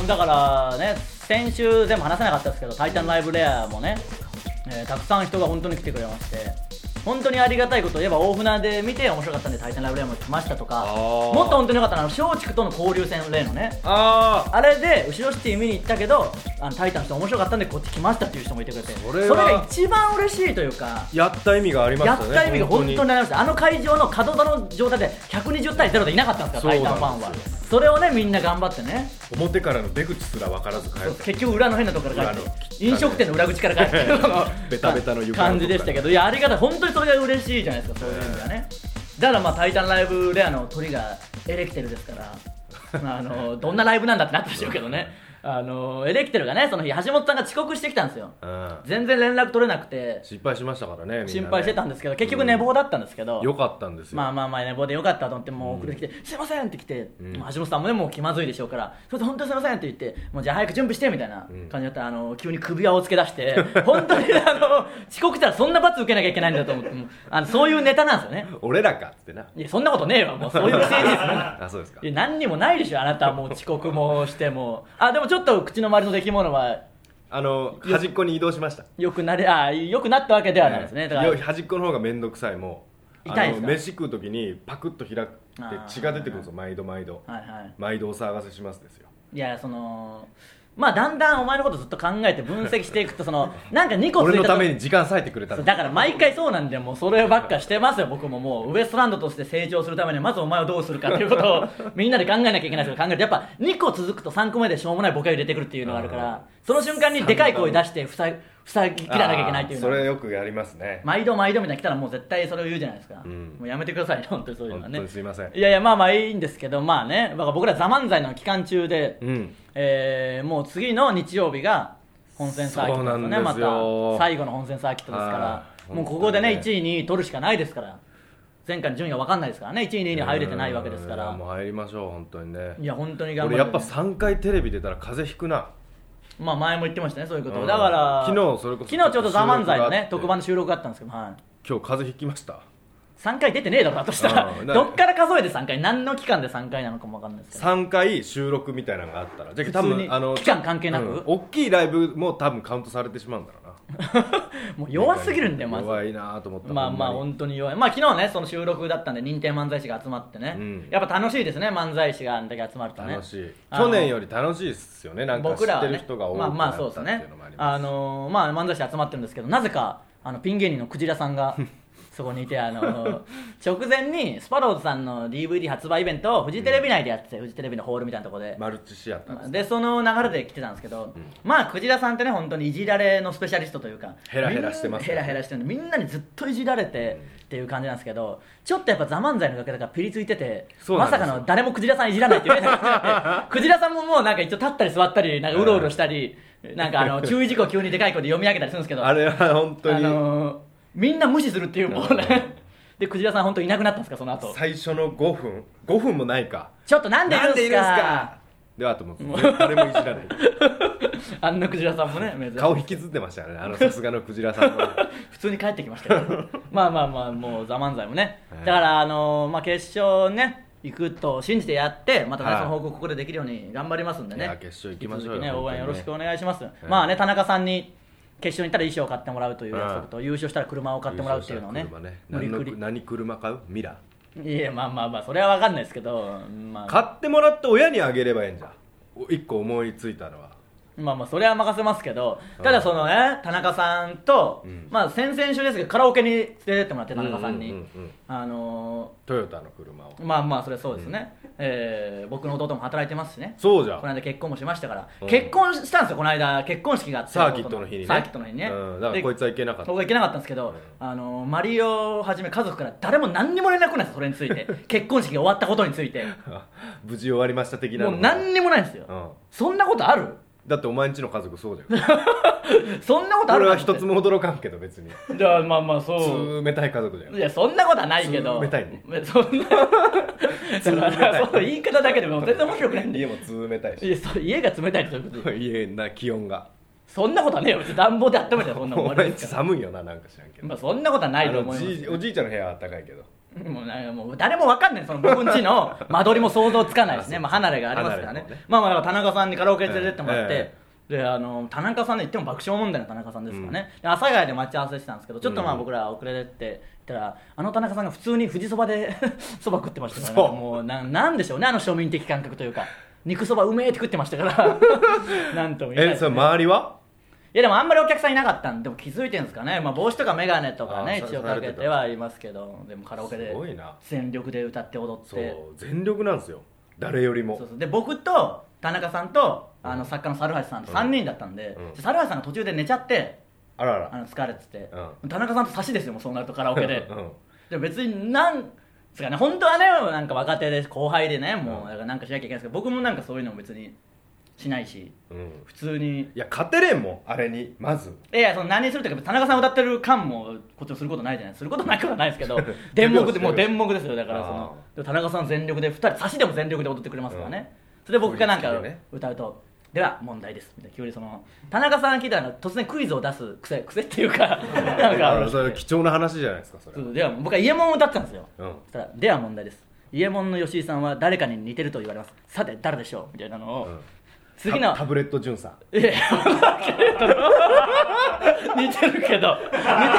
だからね、先週全部話せなかったですけど、タイタンライブレアもね、たくさん人が本当に来てくれまして、本当にありがたいことを言えば、大船で見て面白かったんでタイタンライブレアも来ましたとか、もっと本当に良かったのは松竹との交流戦例のね、あれで後ろシティ見に行ったけど、タイタンの人面白かったんでこっち来ましたっていう人もいてくれて、それが一番嬉しいというか、 やった意味がありましたね。 やった意味が本当になりました。あの会場の角田の状態で120対0でいなかったんですから、タイタンファンは。それをね、みんな頑張ってね、 表からの出口すら分からず帰る。 結局裏の変なところから帰って、飲食店の裏口から帰ってるベタベタの床感じでしたけど、いや、ありがたい、本当にそれが嬉しいじゃないですか、そういう意味ではね。だからタイタンライブレアの鳥がエレキテルですからどんなライブなんだってなったでしょうけどね。エレキテルがね、その日橋本さんが遅刻してきたんですよ、全然連絡取れなくて心配しましたからね、みんなね。 心配してたんですけど、結局寝坊だったんですけど、 よかったんですよ。 寝坊でよかったと思って、もう遅れてきて、すいませんって来て、橋本さんもね、もう気まずいでしょうから、それで本当にすいませんって言って、もうじゃあ早く準備してみたいな感じだったら、急に首輪をつけ出して本当に遅刻したらそんな罰受けなきゃいけないんだと思って、そういうネタなんですよね。 俺らかっつってな。 いや、そんなことねえわ、もうそういう誠実ですあ、そうですか。 いや、何にもないでしょ、あなたは。もう遅刻もしても、でもちょっと口の周りの出来物は端っこに移動しました。 よくなったわけではないですね。だから端っこの方がめんどくさい。もう痛いですか。 飯食う時にパクッと開くって血が出てくるんですよ、毎度毎度。毎度お騒がせしますですよ。 いや、だんだんお前のことずっと考えて分析していくと、なんか2個ついた俺のために時間割いてくれた。 だから毎回そうなんで、もうそればっかしてますよ。僕ももうウエストランドとして成長するためにまずお前をどうするかっていうことをみんなで考えなきゃいけないですけど、考えてやっぱ2個続くと3個目でしょうもないボケを入れてくるっていうのがあるから、その瞬間にでかい声出して塞ぎ切らなきゃいけないっていうの。 それよくやりますね。 毎度毎度みたいな来たらもう絶対それを言うじゃないですか、もうやめてくださいね、本当にそういうのはね。 本当にすいません。 いやいや、いいんですけど、だから僕らザ漫才の期間中で、もう次の日曜日が本戦サーキットですよね。また最後の本戦サーキットですから、もうここでね1位2位取るしかないですから。前回の順位は分かんないですからね、1位2位に入れてないわけですから。 もう入りましょう、本当にね。 いや、本当に頑張る。 俺やっぱ3回テレビ出たら風邪ひくな。 前も言ってましたね、そういうこと。だから昨日ちょうどザ漫才のね特番の収録があったんですけど、 今日風邪ひきました。 3回出てねえだろだとしたらどっから数えて3回、何の期間で3回なのかも分かんないですけど、 3回収録みたいなのがあったら、じゃあ多分期間関係なく、 大きいライブも多分カウントされてしまうんだろうな。 もう弱すぎるんだよ、まず。 弱いなと思った。 本当に弱い。昨日ね、その収録だったんで認定漫才師が集まってね、やっぱ楽しいですね、漫才師があんだけ集まるとね。 楽しい。去年より楽しいですよね。なんか知ってる人が多くなったっていうのもあります。 漫才師集まってるんですけど、なぜかピン芸人のクジラさんがそこにいて、直前にスパローズさんの DVD 発売イベントをフジテレビ内でやってて、フジテレビのホールみたいなところでマルチシアターで、その流れで来てたんですけど、クジラさんってね、本当にいじられのスペシャリストというか、 ヘラヘラしてますね。 ヘラヘラしてるんで、みんなにずっといじられてっていう感じなんですけど、ちょっとやっぱザ漫才の楽屋がピリついてて、まさかの誰もクジラさんいじらないっていうねクジラさんももうなんか一応立ったり座ったり、なんかうろうろしたり、なんか注意事項急にでかい声で読み上げたりするんですけど、 あれは本当にみんな無視するっていう、もうねで、クジラさん本当いなくなったんですか、その後。 最初の5分もないか。 ちょっとなんでいるんですか。 で、あともう誰もいじらない。 あんなクジラさんもね、 顔引きずってましたよね、さすがのクジラさんも。 普通に帰ってきましたけどもうザ漫才もね、だから決勝ね行くと信じてやって、またねその報告ここでできるように頑張りますんでね。 決勝行きましょうよ。 応援よろしくお願いします。田中さんに決勝に行ったら衣装を買ってもらうという約束と、優勝したら車を買ってもらうっていうのをね。 何車買う？ミラ？ いや、それは分かんないですけど、 買ってもらって親にあげればいいんじゃん。一個思いついたのは。 それは任せますけど、ただそのね、田中さんと、先々週ですけどカラオケに連れてってもらって、田中さんにトヨタの車をそれはそうですね、僕の弟も働いてますしね。 そうじゃん。 この間結婚もしましたから、結婚したんですよ、この間結婚式があって、 サーキットの日にね。 サーキットの日にね、 だからこいつは行けなかった。 僕は行けなかったんですけど、マリオをはじめ家族から誰も何にも連絡ないんですよ、それについて結婚式が終わったことについて無事終わりました的なの。 もう何にもないんですよ、そんなことある？ だってお前んちの家族そうだよそんなことある？ 俺は一つも驚かんけど、別に。 じゃあそう冷たい家族だよ。 いや、そんなことはないけど。 冷たいね。 そんなだからそう言い方だけでも全然面白くないんで。 家も冷たいし。 家が冷たいってそういうこと。 家な気温が。 そんなことはねえよ、暖房で温めてそんなもん。 お前んち寒いよな、なんか知らんけど。 そんなことはないと思います。 おじいちゃんの部屋は暖かいけど。 もう誰も分かんないその僕んちの間取りも想像つかないですねまあ離れがありますからねまあ田中さんにカラオケ連れてってもらって、で田中さんで言っても爆笑問題の田中さんですからね、阿佐ヶ谷で待ち合わせしてたんですけどちょっと僕ら遅れてって言ったら田中さんが普通に富士そばでそば食ってましたから、ね、もうなんでしょうね庶民的感覚というか肉そばうめえって食ってましたからなんとも言えないです、ね、 それ周りはいやでもあんまりお客さんいなかったんでも気づいてるんですかね、まあ、帽子とか眼鏡とかね一応かけてはいますけどでもカラオケで全力で歌って踊ってそう全力なんですよ誰よりもそうで僕と田中さんと作家の猿橋さんと3人だったんで、猿橋さんが途中で寝ちゃって疲れてて、田中さんと差しですよもうそうなるとカラオケで、でも別になんですかね本当はねなんか若手で後輩でねもうだからなんかしなきゃいけないんですけど僕もなんかそういうのも別にしないし、普通にいや勝てれんもんあれにまずいやその何するというか田中さん歌ってる感もこっちもすることないじゃないすることないことはないですけど電目でもう電目ですよだから田中さん全力で2人差しでも全力で踊ってくれますからね、それで僕がなんか歌うとでは問題ですみたいな急に田中さん聞いたら突然クイズを出す癖っていうかなんかそれ貴重な話じゃないですかそれでは僕は伊右衛門を歌ってたんですよ、そしたらでは問題です伊右衛門の吉井さんは誰かに似てると言われますさて誰でしょうみたいなのを、次のタブレット潤さんいや似てるけど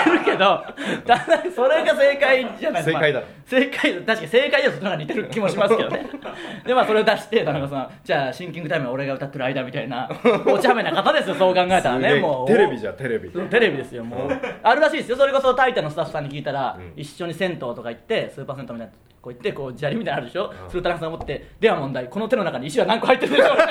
それが正解じゃないですか。 正解だろ正解確かに正解だとそっちの方が似てる気もしますけどねでそれを出して田中さんじゃあシンキングタイムは俺が歌ってる間みたいなお茶目な方ですよそう考えたらねもうテレビじゃテレビですよもうあるらしいですよそれこそタイタンのスタッフさんに聞いたら、一緒に銭湯とか行ってスーパー銭湯みたいなこう言ってこう砂利みたいなのあるでしょ、それを田中さん持ってでは問題この手の中に石は何個入ってるでしょうクオリテ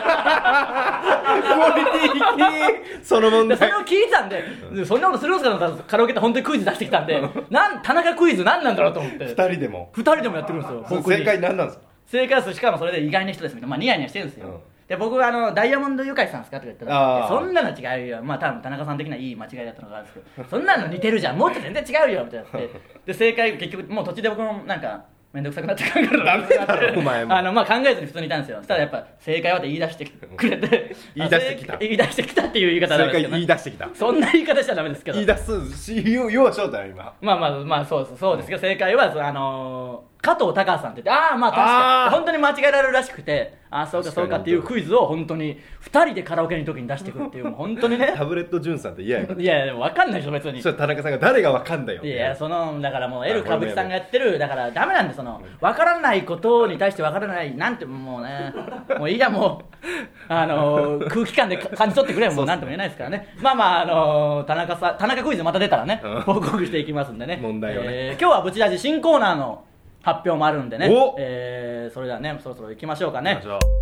ィその問題それを聞いてたんで、そんなことするんですかカラオケって本当にクイズ出してきたんで田中クイズ何なんだろうと思って 2人でもやってるんですよ正解何なんですか正解ですしかもそれで意外な人ですみたいなニヤニヤしてるんですよ、で僕はダイヤモンドユカイさんですかとか言ったらそんなの違うよ多分田中さん的ないい間違いだったのがあるんですけどそんなの似てるじゃんもっと全然違うよみたいなで正解結局もう途中で僕もなんかめんどくさくなって考えるダメだろお前も考えずに普通にいたんですよそしたらやっぱ正解はって言い出してくれて言い出してきたっていう言い方はダメですけど、 正解言い出してきたそんな言い方しちゃダメですけど言い出す言おうしようだよ今まあそうですけど正解は加藤隆さんって言って確かに本当に間違えられるらしくてそうかっていうクイズを本当に2人でカラオケの時に出してくるっていうもう本当にねタブレット潤さんって嫌やいやでも分かんないでしょ別にそしたら田中さんが誰が分かんだよいやだからもうエル歌舞伎さんがやってるだからダメなんで分からないことに対して分からないなんてもうねもういいやもう空気感で感じ取ってくれもうなんとも言えないですからね田中クイズまた出たらね報告していきますんでね問題をね今日はブチラジ新コーナーの発表もあるんでね、それではねそろそろ行きましょうかね。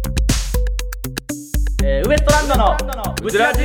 ウエストランドのブチラジ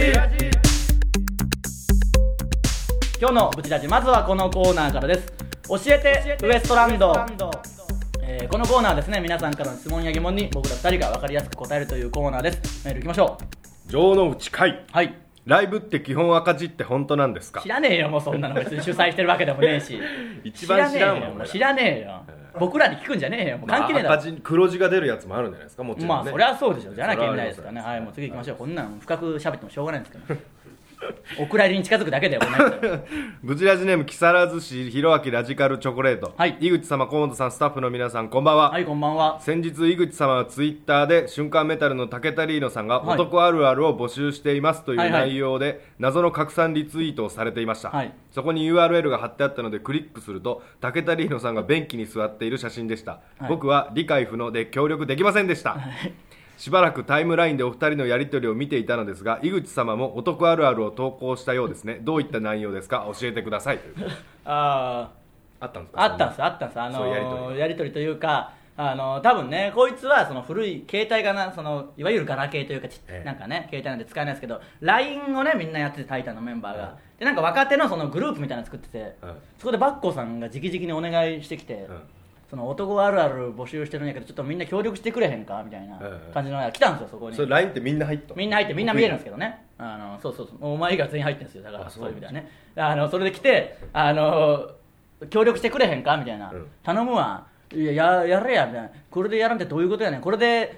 今日のブチラジまずはこのコーナーからです。教えてウエストランド、このコーナーはですね皆さんからの質問や疑問に僕ら2人が分かりやすく答えるというコーナーです。メール行きましょう。城之内海、 はい、 ライブって基本赤字って本当なんですか？ 知らねえよもうそんなの別に主催してるわけでもねえし一番知らんもん知らねえよ僕らに聞くんじゃねえよもう関係ねえだろ、 赤字黒字が出るやつもあるんじゃないですかもちろん、ね、 そりゃそうでしょじゃなきゃいけないですからねはいもう次行きましょうこんなん深く喋ってもしょうがないんですけどお蔵入りに近づくだけだよこんなやつブチラジネーム木更津市ひろあきラジカルチョコレート、 はい、 井口様河本さんスタッフの皆さんこんばんは。 はいこんばんは。 先日井口様はツイッターで瞬間メタルの竹田リーノさんが男あるあるを募集していますという内容で謎の拡散リツイートをされていました、はい、そこに URL が貼ってあったのでクリックすると竹田リーノさんが便器に座っている写真でした、はい、僕は理解不能で協力できませんでした、はいしばらくタイムラインでお二人のやり取りを見ていたのですが井口様も男あるあるを投稿したようですね。どういった内容ですか教えてくださいあったんですか？あったんですやり取りというか多分ねこいつはその古い携帯がいわゆるガラケーというかなんかね携帯なんで使えないですけど LINE をねみんなやっててタイタンのメンバーが、でなんか若手のそのグループみたいなの作ってて、そこでバッコさんが直々にお願いしてきて、その男あるある募集してるんやけどちょっとみんな協力してくれへんかみたいな感じのが来たんですよそこに。 それ LINE ってみんな入ったみんな見えるんですけどねそうお前が全員入ってるんですよだからそういう意味ではねそれで来て協力してくれへんかみたいな、頼むわいやれやみたいなこれでやらんってどういうことやねんこれで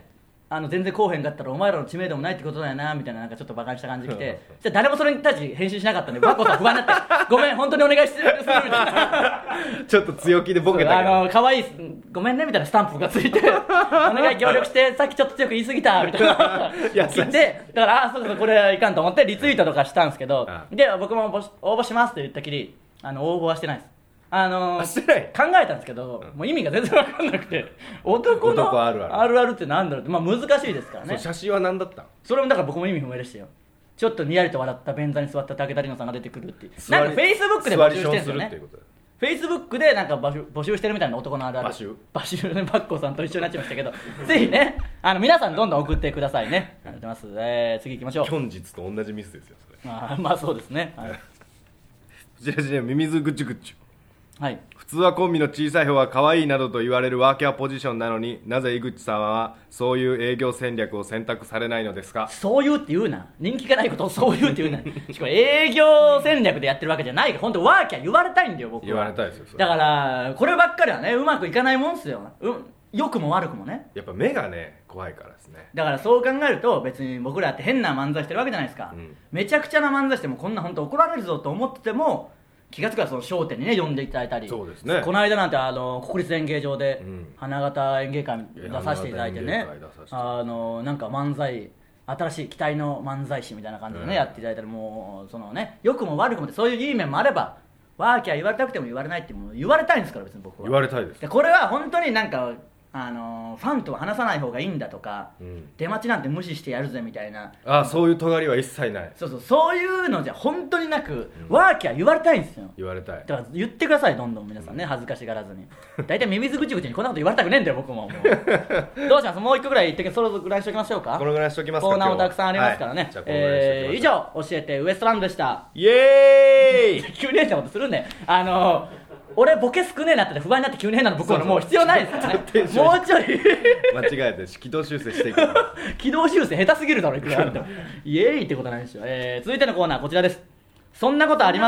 全然こうへんかったらお前らの知名度もないってことだよなみたいな、なんかちょっとバカにした感じ来てじゃあ誰もそれに対して返信しなかったんでバッコさん不安になってごめん本当にお願いするみたいなちょっと強気でボケたけど可愛いごめんねみたいなスタンプがついてお願い協力してさっきちょっと強く言い過ぎたみたいな来てだからそうこれはいかんと思ってリツイートとかしたんですけどで僕も応募しますって言ったきり応募はしてないですしてない考えたんですけど、もう意味が全然分かんなくて男のあるあるってなんだろうって、難しいですからね。 写真は何だった？ それもだから僕も意味不明でしたよ。ちょっとにやりと笑った便座に座った武田里奈さんが出てくるっていうなんかフェイスブックで募集してるんですよね。フェイスブックでなんか募集してるみたいな男のあるある募集ね、バッコさんと一緒になっちゃいましたけどぜひね皆さんどんどん送ってくださいね。ありがとうございます。次行きましょう。 本日と同じミスですよそれ。 まあそうですね。はい、 ジラジネミミズグチュグチュ。 はい、 普通はコンビの小さい方が可愛いなどと言われるワーキャーポジションなのになぜ井口さんはそういう営業戦略を選択されないのですか？ そういうって言うな、人気がないことをそういうって言うなしかも営業戦略でやってるわけじゃないから本当ワーキャー言われたいんだよ僕は。 言われたいですよだからこればっかりはねうまくいかないもんっすよ、良くも悪くもね。 やっぱ目がね怖いからですね。 だからそう考えると別に僕らって変な漫才してるわけじゃないですか、めちゃくちゃな漫才してもこんな本当怒られるぞと思ってても気がつくらその笑点にね呼んでいただいたり。 そうですね。 この間なんて国立演芸場で花形演芸会出させていただいてね、なんか漫才新しい期待の漫才師みたいな感じでね、やっていただいたりもうそのね良くも悪くもってそういういい面もあればワーキャー言われたくても言われないってもう言われたいんですから別に僕は。 言われたいです。 でこれは本当になんかファンとは話さない方がいいんだとか、出待ちなんて無視してやるぜみたいなそういう尖りは一切ない。 そういうのじゃ本当になく、ワーキャー言われたいんですよ。 言われたい。 だから言ってくださいどんどん皆さんね、恥ずかしがらずに。大体ミミズぐちぐちにこんなこと言われたくねえんだよ僕も。どうします？もう一個ぐらい言ってそれぐらいにしときましょうか。 このぐらいにしときますか。 コーナーもたくさんありますからね。以上教えてウエストランドでした。 イエーイ急に変なことするね。俺ボケ少ねえなって不安になって急に変なの僕はもう必要ないですからね。もうちょい間違えて軌道修正していく軌道修正下手すぎるだろいくらイエーイってことないですよ。続いてのコーナーこちらです。そんなことあります？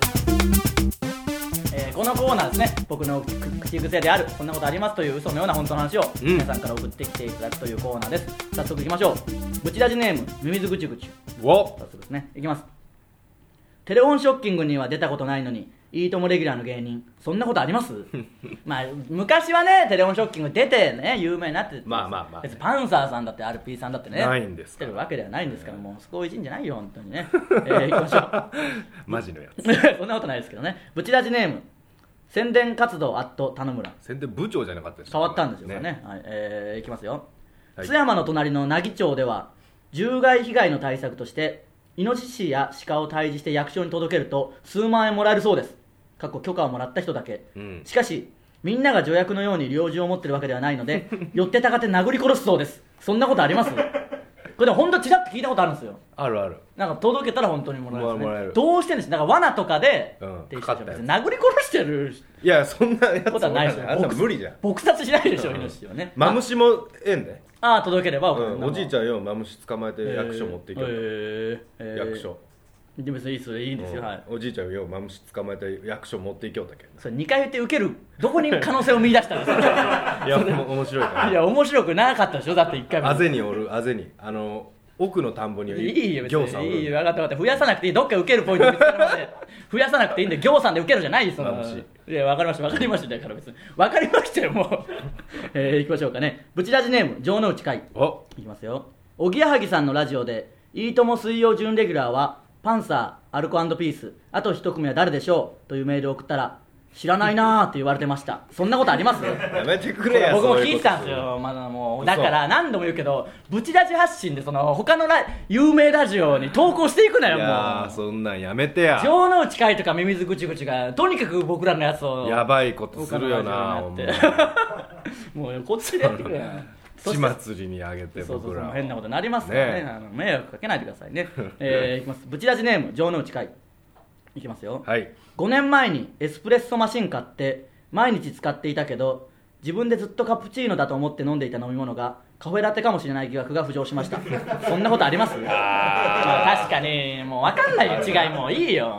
このコーナーですね、僕の口癖であるそんなことありますという嘘のような本当の話を皆さんから送ってきていただくというコーナーです。早速いきましょう。ブチラジネームミミズぐちぐち。早速ですね、いきます。テレフォンショッキングには出たことないのにいいともレギュラーの芸人そんなことあります昔はねテレフォンショッキング出てね有名になって別にパンサーさんだって RP さんだってねないんですしてるわけではないんですから、もうそこいじんじゃないよ本当にね。いきましょうマジのやつそんなことないですけどね。ブチラジネーム宣伝活動田野村。 宣伝部長じゃなかったです変わったんですよね。はい、いきますよ。津山の隣の奈義町では獣害被害の対策としてイノシシや鹿を退治して役所に届けると数万円もらえるそうです。許可をもらった人だけ、しかしみんなが助役のように猟銃を持ってるわけではないので寄ってたかって殴り殺すそうです。そんなことあります？これでも本当チラッと聞いたことあるんですよ。 あるある。 なんか届けたら本当にもらえるんですね。 もらえる。 どうしてんです？なんか罠とかで、 かかったやつ殴り殺してる。 いやそんなやつことはないですよ。 あんな無理じゃん。 撲殺しないでしょイノシシはね。 マムシもええんで。 届ければ、 おじいちゃんよマムシ捕まえて役所持っていける。役所。 でもいいですいいんですよ。はい。 おじいちゃんよマムシ捕まえて役所持っていけよったけど。 それ2回言って受けるどこに可能性を見出したんですか？ いや面白いから。 いや面白くなかったでしょだって1回目。 あぜにおるあぜに奥の田んぼにいいよ別にいいよ分かった増やさなくていい。どっか受けるポイント見つけるまで増やさなくていいんで行さんで受けるじゃないですよ。いや分かりましただから別に分かりましたよもう。いきましょうかね。ブチラジネーム城之内海。いきますよ。おぎやはぎさんのラジオでいいとも水曜準レギュラーはパンサーアルコ&ピースあと一組は誰でしょうというメールを送ったら知らないなーって言われてました。そんなことあります？ やめてくれや。 僕も聞いてたんですよ。もうだから何度も言うけどブチラジ発信でその他の有名ラジオに投稿していくなよ。もういやそんなんやめてや。 城之内海とかミミズぐちぐちがとにかく僕らのやつをやばいことするよなもうこっちでやってくれや。 血祭りにあげて僕らそう変なことになりますからね。迷惑かけないでくださいね。いきます。ブチラジネーム城之内海。いきますよ。 はい。 5年前にエスプレッソマシン買って毎日使っていたけど自分でずっとカプチーノだと思って飲んでいた飲み物がカフェラテかもしれない疑惑が浮上しました。そんなことあります？確かにもう分かんないよ違いもういいよ。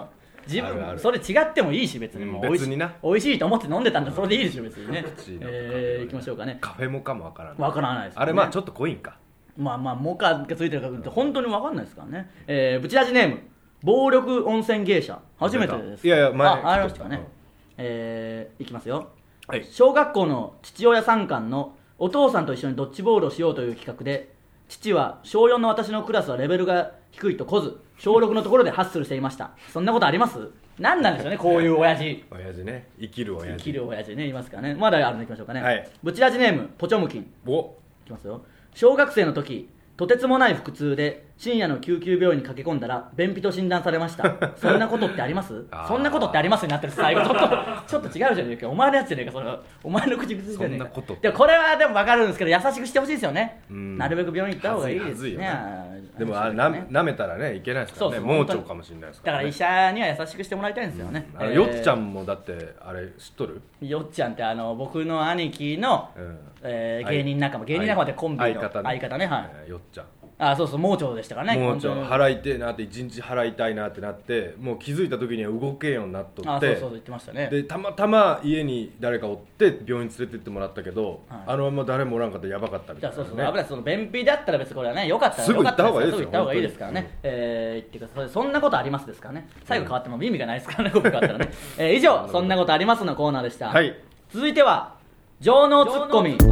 自分あるそれ違ってもいいし別にもう別にな美味しいと思って飲んでたんだそれでいいでしょ別にね行きましょうかね。 カフェモカもわからない。 わからないです、ね、 あれまあちょっと濃いんか。 まあモカがついてるかって本当にわかんないですからね。ブチラジネーム暴力温泉芸者初めてです。 いやいや前ありましたかね。いきますよ、 はい、 小学校の父親参観のお父さんと一緒にドッジボールをしようという企画で、父は小4の私のクラスはレベルが低いとこず小6のところでハッスルしていました。そんなことあります？何なんでしょうねこういう親父ね、生きる親父ねいますからね。まだあるのいきましょうかね、 はい、 ブチラジネームポチョムキン。 おいきますよ。小学生の時とてつもない腹痛で深夜の救急病院に駆け込んだら便秘と診断されました。そんなことってありますそんなことってありますになってる最後ちょっと違うじゃねえかお前のやつじゃねえかそれお前の口癖じゃねえか。でもこれはでも分かるんですけど優しくしてほしいですよね。なるべく病院行った方がいいですね。 でも舐めたらねいけないですからね。盲腸かもしれないですから、ね、 だから医者には優しくしてもらいたいんですよね。 よっちゃんもだってあれ知っとる？ よっちゃんって僕の兄貴の、芸人仲間でコンビの相方ね、はい、 よっちゃん。 そうそう盲腸でしたからね。 盲腸払いてえなって1日払いたいなってなってもう気づいた時には動けんようになっとって。 そう言ってましたね。 でたまたま家に誰かおって病院連れてってもらったけど、はい、まま誰もおらんかったらやばかったみたいな、ね、 そう危ない。その便秘だったら別にこれはねよかったらすぐ行った方がいいですよ。 すぐ行った方がいいですからね。言ってください。そんなことありますですからね。最後変わっても意味がないですからねここ変わったらね。以上そんなことありますのコーナーでした。 はい、 続いては情能ツッコミ。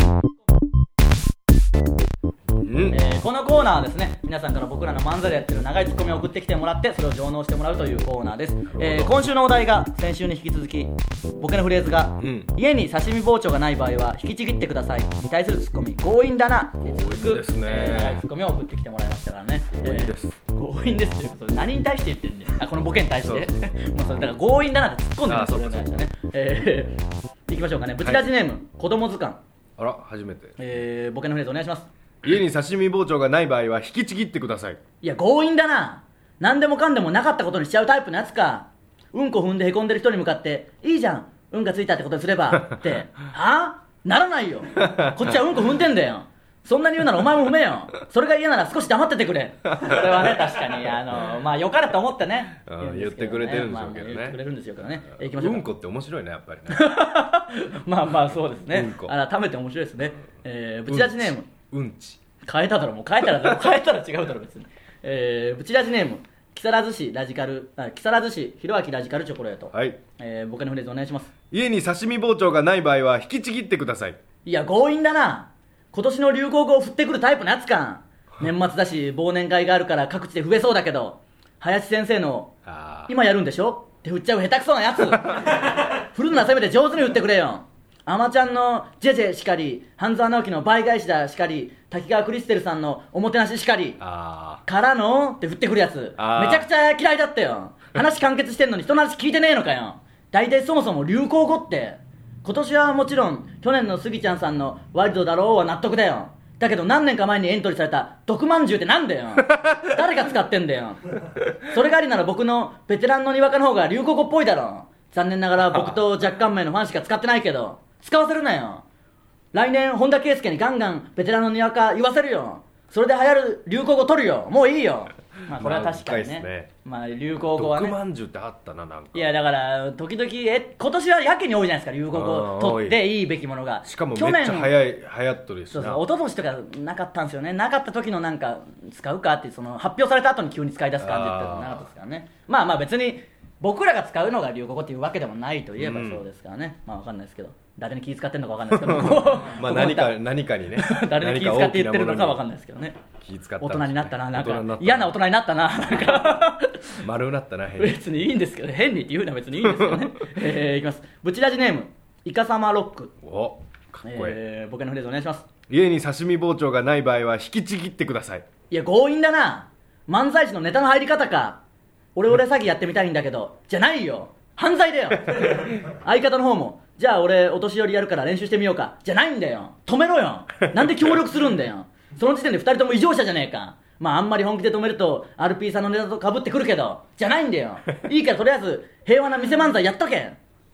このコーナーはですね皆さんから僕らの漫才でやってる長いツッコミを送ってきてもらってそれを上納してもらうというコーナーです。今週のお題が先週に引き続きボケのフレーズが、家に刺身包丁がない場合は引きちぎってくださいに対するツッコミ強引だなに続く、 長いツッコミを送ってきてもらいましたからね。 強引です、 強引ですっていうそれ何に対して言ってるんですか。このボケに対してもうそれだから強引だなって突っ込んでるんですよね。いきましょうかね。ブチラジネーム、子供図鑑。 あら初めて、 ボケのフレーズお願いします。 家に刺身包丁がない場合は引きちぎってください。 いや強引だな。何でもかんでもなかったことにしちゃうタイプのやつか。うんこ踏んでへこんでる人に向かっていいじゃんうんがついたってことにすればってはぁならないよ。こっちはうんこ踏んでんだよ。そんなに言うならお前も踏めよ。それが嫌なら少し黙っててくれ。これはね確かにまあよかれと思ってね言ってくれてるんでしょうけどね。 言ってくれるんですよからね。行きましょう。 うんこって面白いねやっぱりね。 まあそうですね。改めて面白いですね。ブチラジネームうんち変えただろもう変えたら違うだろ別に。ブチラジネーム木更津市ひろあきラジカルチョコレート。 はい、 僕のフレーズお願いします。 家に刺身包丁がない場合は引きちぎってください。 いや強引だな。今年の流行語を振ってくるタイプのやつか。年末だし忘年会があるから各地で増えそうだけど林先生の今やるんでしょって振っちゃう下手くそなやつ。振るならせめて上手に振ってくれよ。アマちゃんのジェジェしかり半沢直樹の倍返しだしかり滝川クリステルさんのおもてなししかりからのって振ってくるやつめちゃくちゃ嫌いだったよ。話完結してんのに人の話聞いてねえのかよ。大体そもそも流行語って今年はもちろん去年のスギちゃんさんのワイルドだろうは納得だよ。だけど何年か前にエントリーされた毒まんじゅうってなんだよ。誰が使ってんだよ。それがありなら僕のベテランのにわかの方が流行語っぽいだろ。残念ながら僕と若干名のファンしか使ってないけど使わせるなよ。来年本田圭佑にガンガンベテランのにわか言わせるよ。それで流行る流行語取るよ。もういいよ。まあこれは確かにね。まあ流行語はね。 毒まんじゅうってあったななんか。 いやだから時々今年はやけに多いじゃないですか流行語取っていいべきものが。 しかもめっちゃ流行っとるしな。 そう一昨年とかなかったんですよね。なかった時のなんか使うかってその発表された後に急に使い出す感じってなかったですからね。まあ別に僕らが使うのが流行語っていうわけでもないといえばそうですからね。まあわかんないですけど誰に気遣ってるのかわかんないですけどまあ何かにね誰に気遣って言ってるのかわかんないですけどね。大人になったななんか嫌な大人になったななんか丸なったな変に別にいいんですけど変にって言うのは別にいいんですけどね。いきます。ブチラジネームイカサマロック。 おかっこいい。 僕のフレーズお願いします。 家に刺身包丁がない場合は引きちぎってください。 いや強引だな。漫才師のネタの入り方か。俺詐欺やってみたいんだけどじゃないよ。犯罪だよ。相方の方もじゃあ俺お年寄りやるから練習してみようかじゃないんだよ。止めろよ。なんで協力するんだよ。その時点で2人とも異常者じゃねえか。まああんまり本気で止めると RP さんのネタと被ってくるけどじゃないんだよ。いいからとりあえず平和な見せ漫才やっとけ。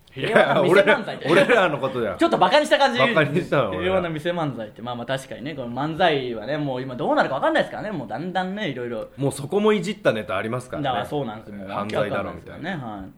平和な店漫才って俺らのことだよ。 ちょっとバカにした感じで言う。 バカにしたの平和な店漫才ってまあ確かにね、この漫才はねもう今どうなるか分かんないですからね。もうだんだんねいろいろもうそこもいじったネタありますからね。 だからそうなんですよ。 犯罪だろみたいなね。はい。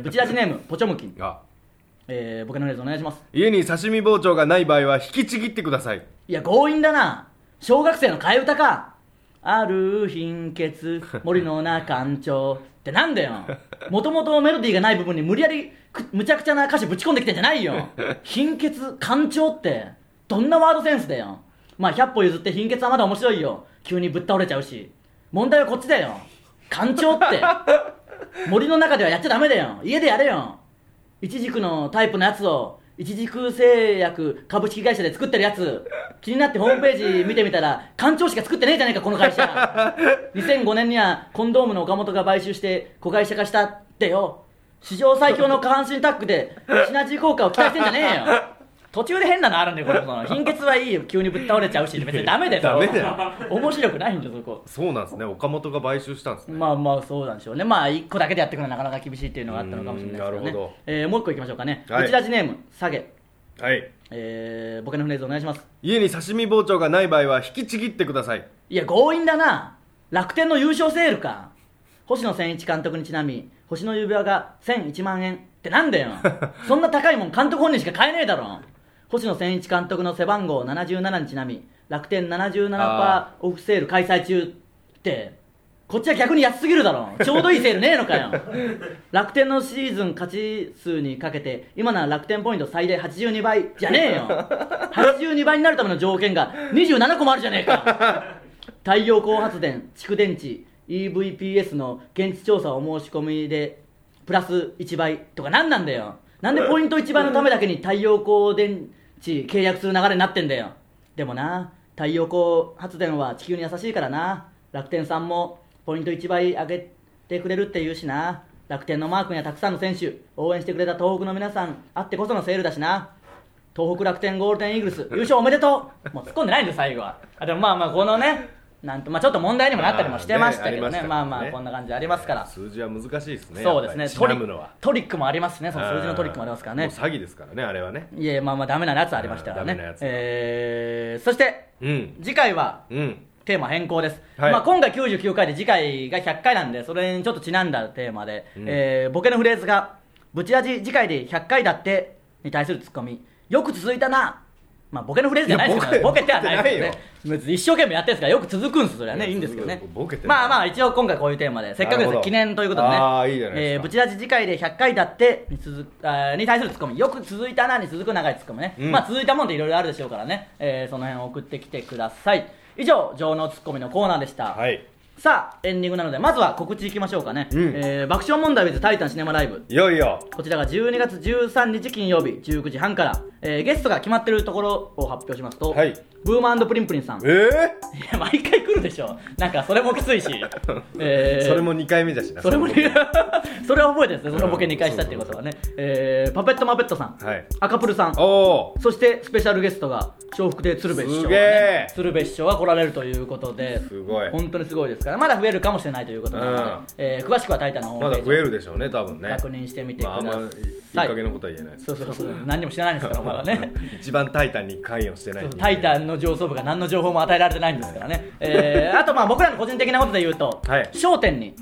ブチラジネームポチョムキン。ボケのフレーズお願いします。 家に刺身包丁がない場合は引きちぎってください。 いや強引だな。小学生の替え歌か。ある貧血森の中んちょってなんだよ。もともとメロディーがない部分に無理やりむちゃくちゃな歌詞ぶち込んできてんじゃないよ。貧血干潮ってどんなワードセンスだよ。まあ100歩譲って貧血はまだ面白いよ。急にぶっ倒れちゃうし。問題はこっちだよ。干潮って森の中ではやっちゃダメだよ。家でやれよ。イチジクのタイプのやつをイチジク製薬株式会社で作ってるやつ、気になってホームページ見てみたら館長しか作ってねえじゃねえかこの会社。2005年にはコンドームの岡本が買収して子会社化したってよ。史上最強の下半身タッグでシナジー効果を期待してんじゃねえよ。途中で変なのあるんだよ。これ貧血はいいよ。急にぶっ倒れちゃうし別にダメですよ。 ダメだよ。 面白くないんだよそこ。 そうなんですね。岡本が買収したんですね。 まあまあそうなんでしょうね。まあ1個だけでやっていくのはなかなか厳しいっていうのがあったのかもしれないですけどね。 なるほど。 もう1個いきましょうかね。 はい、 うちラジネームサゲ。 はい。 ボケのフレーズお願いします。 家に刺身包丁がない場合は引きちぎってください。 いや強引だな。楽天の優勝セールか。星野千一監督にちなみ星の指輪が1001万円ってなんだよ。そんな高いもん監督本人しか買えねえだろ。星野千一監督の背番号77にちなみ楽天 77% オフセール開催中ってこっちは逆に安すぎるだろ。ちょうどいいセールねえのかよ。楽天のシーズン勝ち数にかけて今なら楽天ポイント最大82倍じゃねえよ。82倍になるための条件が27個もあるじゃねえか。太陽光発電、蓄電池、EVPS の現地調査を申し込みでプラス1倍とか何なんだよ。なんでポイント1倍のためだけに太陽光電池契約する流れになってんだよ。でもな、太陽光発電は地球に優しいからな。楽天さんもポイント1倍上げてくれるって言うしな。楽天のマー君やたくさんの選手応援してくれた東北の皆さんあってこそのセールだしな。東北楽天ゴールデンイーグルス優勝おめでとう。もう突っ込んでないんだよ最後は。でもまあまあこのねなんとまあちょっと問題にもなったりもしてましたけどね。まあまあこんな感じでありますから。 数字は難しいですね。 そうですね。トリックもありますね。その数字のトリックもありますからね。 もう詐欺ですからねあれはね。 いやまあまあダメなやつありましたからね。 ダメなやつ。 そして、次回は、テーマ変更です。まあ今回99回で次回が100回なんでそれにちょっとちなんだテーマで、ボケのフレーズがブチラジ次回で100回だってに対するツッコミ。よく続いたな。まあボケのフレーズじゃないですから、ボケてはないですよね。別に一生懸命やってるんですからよく続くんです。それはねいいんですけどね。まあまあ一応今回こういうテーマでせっかくです記念ということでね。ブチラジ次回で100回だってに対するツッコミ。よく続いたなに続く長いツッコミね。まあ続いたもんでいろいろあるでしょうからね。その辺を送ってきてください。以上情のツッコミのコーナーでした。さあエンディングなのでまずは告知いきましょうかね。爆笑問題 with タイタンシネマライブ、いよいよこちらが12月13日金曜日19時半から、ゲストが決まってるところを発表しますと、ブーマー&プリンプリンさん。いや毎回来るでしょ。なんかそれもきついし、それも2回目だしな。 それもそれは覚えてるんですね。そのボケ2回したっていうことはね。パペットマペットさん、赤プルさん、そしてスペシャルゲストが笑福亭鶴瓶師匠がね、鶴瓶師匠が来られるということで、すごい本当にすごいですから、まだ増えるかもしれないということなので、詳しくはタイタンのホームページまだ増えるでしょうね多分ね。確認してみてください。まあいい加減のことは言えないです。そう何にも知らないんですからまだね。一番タイタンに関与してない。タイタンの上層部が何の情報も与えられてないんですからね。あとまあ僕らの個人的なことで言うと、笑点に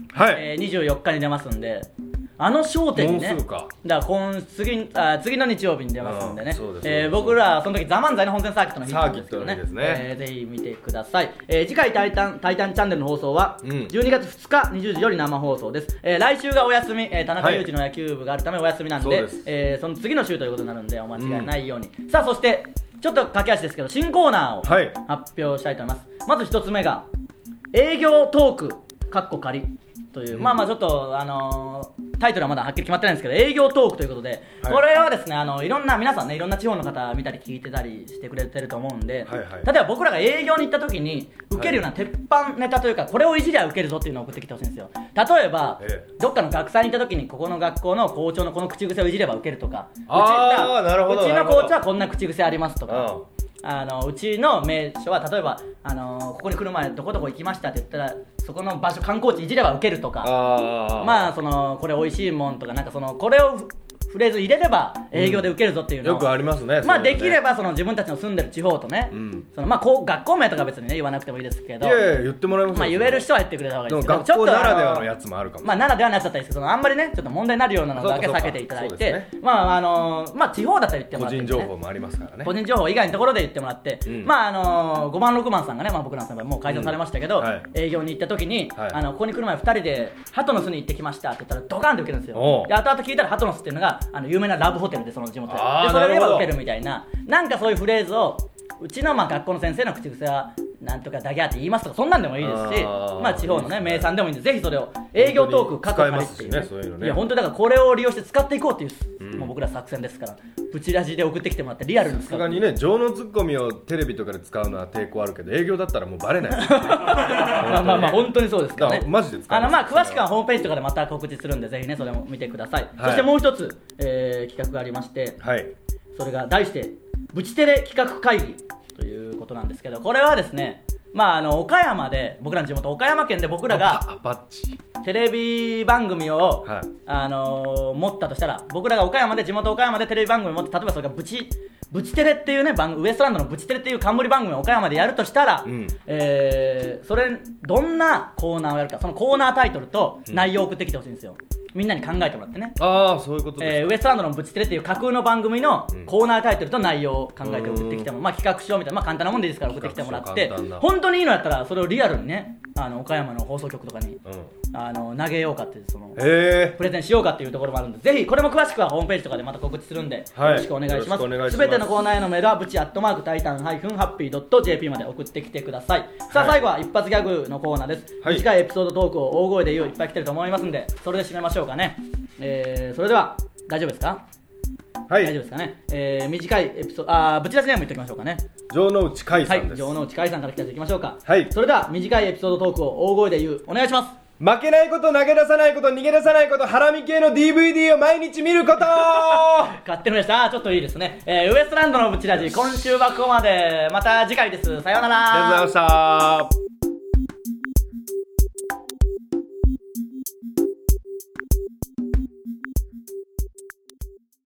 24日に出ますんで、あの笑点にね、だから次の日曜日に出ますんでね、僕らその時ザ漫才の本戦サーキットの日なんですけどね、ぜひ見てください。次回タイタンチャンネルの放送は12月2日20時より生放送です。来週がお休み、田中裕二の野球部があるためお休みなんで、その次の週ということになるんでお間違いないように。さあそしてちょっと駆け足ですけど新コーナーを発表したいと思います。まず一つ目が営業トークかっこ仮という、まあまあちょっとタイトルはまだはっきり決まってないんですけど、営業トークということで、これはですねいろんな皆さんねいろんな地方の方見たり聞いてたりしてくれてると思うんで、例えば僕らが営業に行った時に受けるような鉄板ネタというか、これをいじりゃ受けるぞっていうのを送ってきてほしいんですよ。例えば、どっかの学祭に行った時にここの学校の校長のこの口癖をいじれば受けるとか、うちの校長はこんな口癖ありますとか、うちの名所は例えばここに来る前どこどこ行きましたって言ったらそこの場所観光地いじれば受けるとか、まあこれ美味しいもんとか、なんかこれをフレーズ入れれば営業で受けるぞっていうのを、 よくありますね。 まあできればその自分たちの住んでる地方とね、そのまあ学校名とか別にね言わなくてもいいですけど、 いやいや言ってもらいますよ。 まあ言える人は言ってくれた方がいいですけど、 学校ならではのやつもあるかも。 まあならではのやつだったりですけど、あんまりねちょっと問題になるようなのだけ避けていただいて、まあ地方だったら言ってもらって、 個人情報もありますからね。 個人情報以外のところで言ってもらって、まあ5番6番さんがね、まあ僕らの先輩もう解散されましたけど、営業に行った時にここに来る前2人で鳩の巣に行ってきましたって言ったらドカンって受けるんですよ。で後々聞いたら鳩の巣っていうのが有名なラブホテルで、その地元でそれを言えば受けるみたいな、なんかそういうフレーズをうちのまあ学校の先生の口癖はなんとかだぎゃーって言いますとか、そんなんでもいいですし、まあ地方のね名産でもいいんで、ぜひそれを営業トーク過去借りっていうね、いや本当だからこれを利用して使っていこうっていう、もう僕ら作戦ですから、ブチラジで送ってきてもらってリアルに使う。 さすがにね、情のツッコミをテレビとかで使うのは抵抗あるけど、営業だったらもうバレないですまあまあまあ本当にそうですからね。 マジで使う。 まあ詳しくはホームページとかでまた告知するんで、ぜひねそれも見てください。そしてもう一つ企画がありまして、それが題してブチテレ企画会議ということなんですけど、これはですね、まあ岡山で、僕らの地元岡山県で僕らがテレビ番組を持ったとしたら、僕らが岡山で、地元岡山でテレビ番組を持って、例えばそれがブチテレっていうねウエストランドのブチテレっていう冠番組を岡山でやるとしたら、それどんなコーナーをやるか、そのコーナータイトルと内容を送ってきてほしいんですよ。みんなに考えてもらってね。 そういうことです。 ウエストランドのブチテレっていう架空の番組のコーナータイトルと内容を考えて送ってきても、まあ企画書みたいな、まあ簡単なもんでいいですから送ってきてもらって、本当にいいのやったらそれをリアルにね、岡山の放送局とかに、投げようかっていう、そのプレゼンしようかっていうところもあるんで、ぜひこれも詳しくはホームページとかでまた告知するんで、よろしくお願いします。すべてのコーナーへのメールはブチ@titan-happy.jp まで送ってきてください。さあ最後は一発ギャグのコーナーです。短いエピソードトークを大声で言う、いっぱい来てると思いますんで、それで締めましょうかね。それでは大丈夫ですか？大丈夫ですかね。短いエピソード、ブチラジネーム言っておきましょうかね。 城之内海さんです。 城之内海さんから来たやついきましょうか。 それでは短いエピソードトークを大声で言う、お願いします。 負けないこと、投げ出さないこと、逃げ出さないこと、ハラミ系の DVD を毎日見ること勝手のでした。ちょっといいですね。ウエストランドのブチラジ、今週はここまで。また次回です。さようなら。 ありがとうございました。